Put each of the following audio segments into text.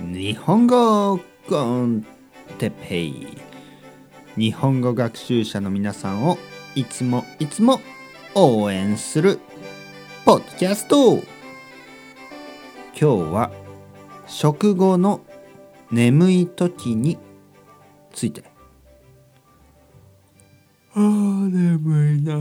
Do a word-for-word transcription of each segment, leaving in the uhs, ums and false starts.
日本語コンテペイ。日本語学習者の皆さんをいつもいつも応援するポッドキャスト。今日は食後の眠い時について。あー眠いな。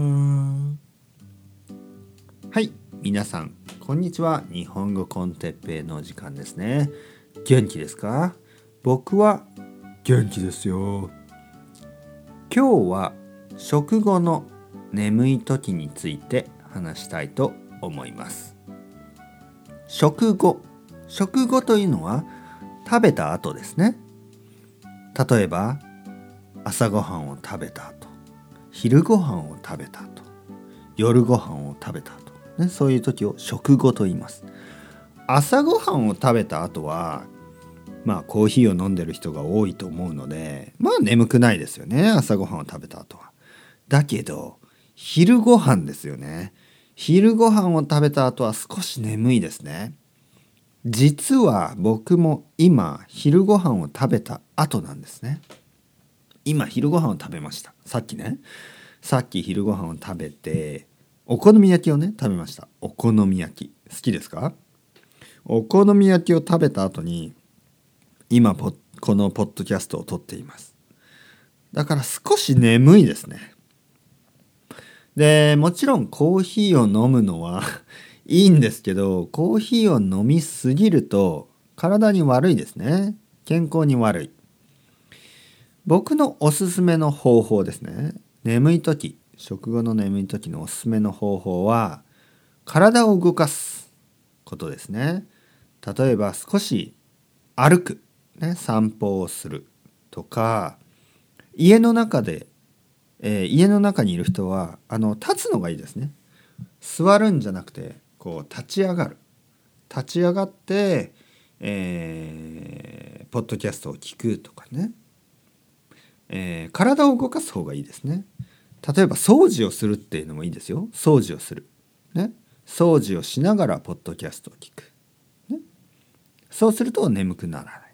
はい、皆さんこんにちは。日本語コンテッペイの時間ですね。元気ですか？僕は元気ですよ。今日は食後の眠い時について話したいと思います。食後、食後というのは食べた後ですね。例えば朝ごはんを食べた後、昼ごはんを食べた後、夜ごはんを食べた後、ね、そういう時を食後と言います。朝ごはんを食べた後はまあコーヒーを飲んでる人が多いと思うので、まあ眠くないですよね、朝ごはんを食べた後は。だけど昼ごはんですよね。昼ごはんを食べた後は少し眠いですね。実は僕も今昼ごはんを食べた後なんですね。今昼ごはんを食べました。さっきねさっき昼ごはんを食べてお好み焼きをね食べました。お好み焼き好きですか？お好み焼きを食べた後に今ポこのポッドキャストを撮っています。だから少し眠いですね。でもちろんコーヒーを飲むのはいいんですけど、コーヒーを飲みすぎると体に悪いですね。健康に悪い。僕のおすすめの方法ですね。眠い時、食後の眠い時のおすすめの方法は体を動かすことですね。例えば少し歩く、ね、散歩をするとか、家の中で、えー、家の中にいる人はあの立つのがいいですね。座るんじゃなくてこう立ち上がる。立ち上がって、えー、ポッドキャストを聞くとかね、えー、体を動かす方がいいですね。例えば掃除をするっていうのもいいですよ。掃除をする、ね、掃除をしながらポッドキャストを聞く、ね、そうすると眠くならない、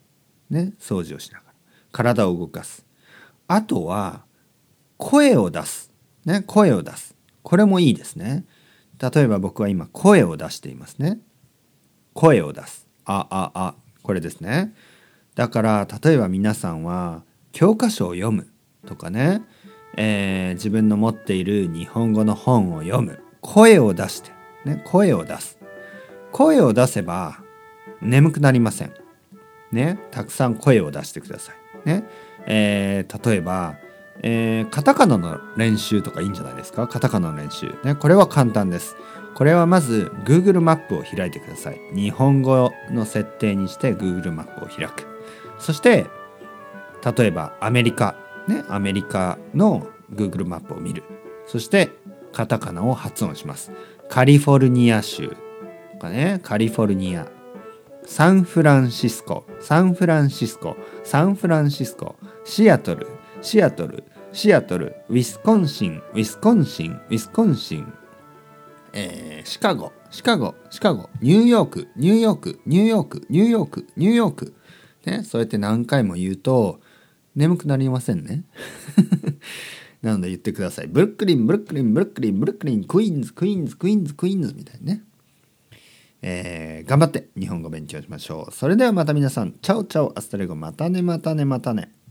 ね、掃除をしながら体を動かす。あとは声を出す、ね、声を出す。これもいいですね。例えば僕は今声を出していますね。声を出す。あああ、これですね。だから例えば皆さんは教科書を読むとかね、えー、自分の持っている日本語の本を読む。声を出して、ね、声を出す。声を出せば眠くなりません。ね、たくさん声を出してください。ね、えー、例えば、えー、カタカナの練習とかいいんじゃないですか。カタカナの練習、ね、これは簡単です。これはまず Google マップを開いてください。日本語の設定にして Google マップを開く。そして例えばアメリカ、ね、アメリカの Google マップを見る。そしてカタカナを発音します。カリフォルニア州とかね、カリフォルニア、サンフランシスコ、サンフランシスコ、サンフランシスコ、シアトル、シアトル、シアトル、ウィスコンシン、ウィスコンシン、ウィスコンシン、えー、シカゴ、シカゴ、シカゴ、ニューヨーク、ニューヨーク、ニューヨーク、ニューヨーク、ニューヨーク、ね、そうやって何回も言うと眠くなりませんね。なので言ってください。ブルックリン、ブルックリン、ブルックリン、ブルックリン、クイーンズ、クイーンズ、クイーンズ、クイーンズみたいなね。えー、頑張って日本語勉強しましょう。それではまた皆さん、チャオチャオ、アスタレゴ、またねまたねまたね。